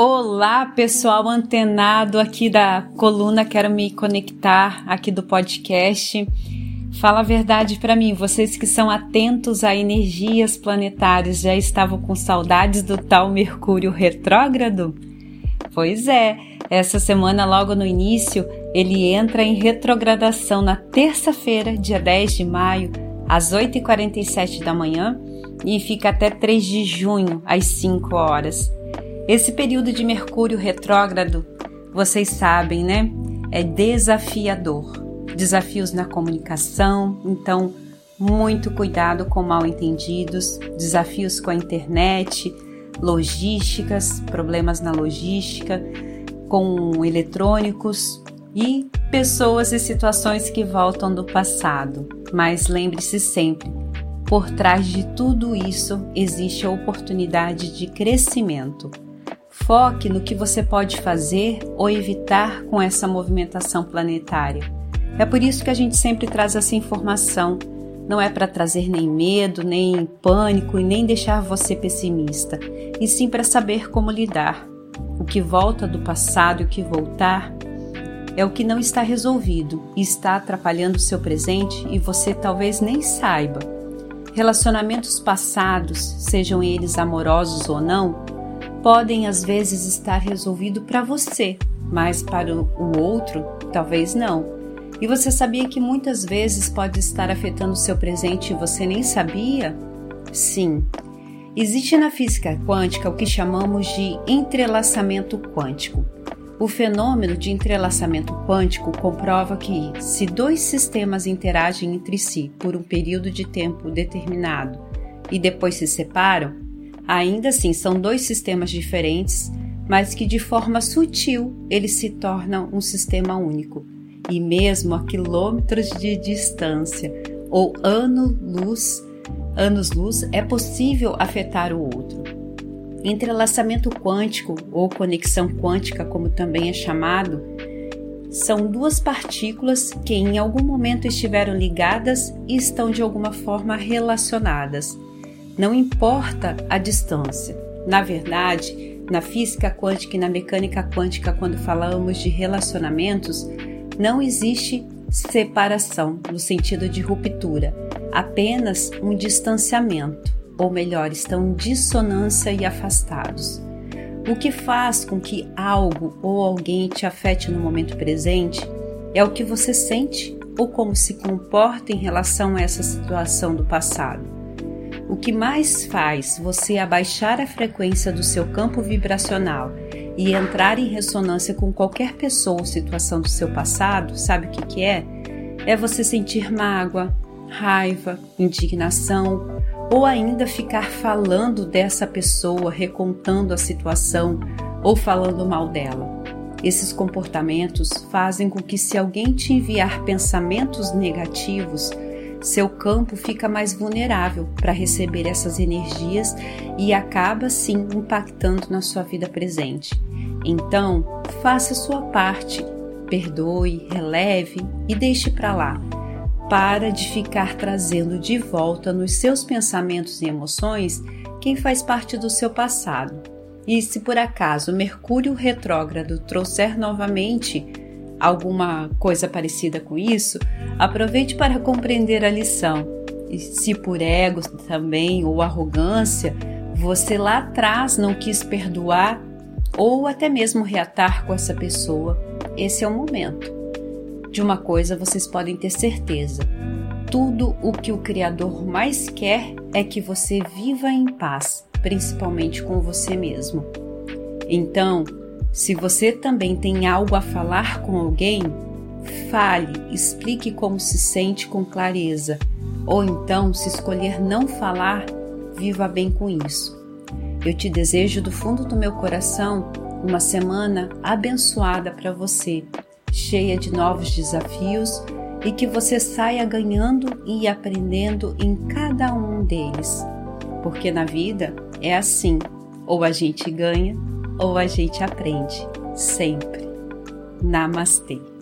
Olá, pessoal antenado aqui da coluna Quero Me Conectar, aqui do podcast. Fala a verdade para mim, vocês que são atentos a energias planetárias já estavam com saudades do tal Mercúrio retrógrado? Pois é, essa semana logo no início ele entra em retrogradação na terça-feira, dia 10 de maio, às 8h47 da manhã e fica até 3 de junho, às 5 horas. Esse período de Mercúrio retrógrado, vocês sabem, né? É desafiador. Desafios na comunicação, então muito cuidado com mal-entendidos, desafios com a internet, logísticas, problemas na logística, com eletrônicos e pessoas e situações que voltam do passado. Mas lembre-se sempre, por trás de tudo isso existe a oportunidade de crescimento. Foque no que você pode fazer ou evitar com essa movimentação planetária. É por isso que a gente sempre traz essa informação. Não é para trazer nem medo, nem pânico e nem deixar você pessimista, e sim para saber como lidar. O que volta do passado e o que voltar é o que não está resolvido e está atrapalhando o seu presente e você talvez nem saiba. Relacionamentos passados, sejam eles amorosos ou não, podem às vezes estar resolvido para você, mas para o outro, talvez não. E você sabia que muitas vezes pode estar afetando o seu presente e você nem sabia? Sim. Existe na física quântica o que chamamos de entrelaçamento quântico. O fenômeno de entrelaçamento quântico comprova que, se dois sistemas interagem entre si por um período de tempo determinado e depois se separam, ainda assim são dois sistemas diferentes, mas que de forma sutil eles se tornam um sistema único, e mesmo a quilômetros de distância ou anos-luz é possível afetar o outro. Entrelaçamento quântico ou conexão quântica, como também é chamado, são duas partículas que em algum momento estiveram ligadas e estão de alguma forma relacionadas. Não importa a distância. Na verdade, na física quântica e na mecânica quântica, quando falamos de relacionamentos, não existe separação no sentido de ruptura, apenas um distanciamento, ou melhor, estão em dissonância e afastados. O que faz com que algo ou alguém te afete no momento presente é o que você sente ou como se comporta em relação a essa situação do passado. O que mais faz você abaixar a frequência do seu campo vibracional e entrar em ressonância com qualquer pessoa ou situação do seu passado, sabe o que é? É você sentir mágoa, raiva, indignação ou ainda ficar falando dessa pessoa, recontando a situação ou falando mal dela. Esses comportamentos fazem com que, se alguém te enviar pensamentos negativos, seu campo fica mais vulnerável para receber essas energias e acaba sim impactando na sua vida presente. Então, faça a sua parte, perdoe, releve e deixe para lá. Para de ficar trazendo de volta nos seus pensamentos e emoções quem faz parte do seu passado. E se por acaso Mercúrio retrógrado trouxer novamente alguma coisa parecida com isso, aproveite para compreender a lição. E se por ego também ou arrogância, você lá atrás não quis perdoar ou até mesmo reatar com essa pessoa, esse é o momento. De uma coisa vocês podem ter certeza: tudo o que o Criador mais quer é que você viva em paz, principalmente com você mesmo. Então, se você também tem algo a falar com alguém, fale, explique como se sente com clareza. Ou então, se escolher não falar, viva bem com isso. Eu te desejo do fundo do meu coração uma semana abençoada para você, cheia de novos desafios e que você saia ganhando e aprendendo em cada um deles. Porque na vida é assim, ou a gente ganha ou a gente aprende, sempre. Namastê.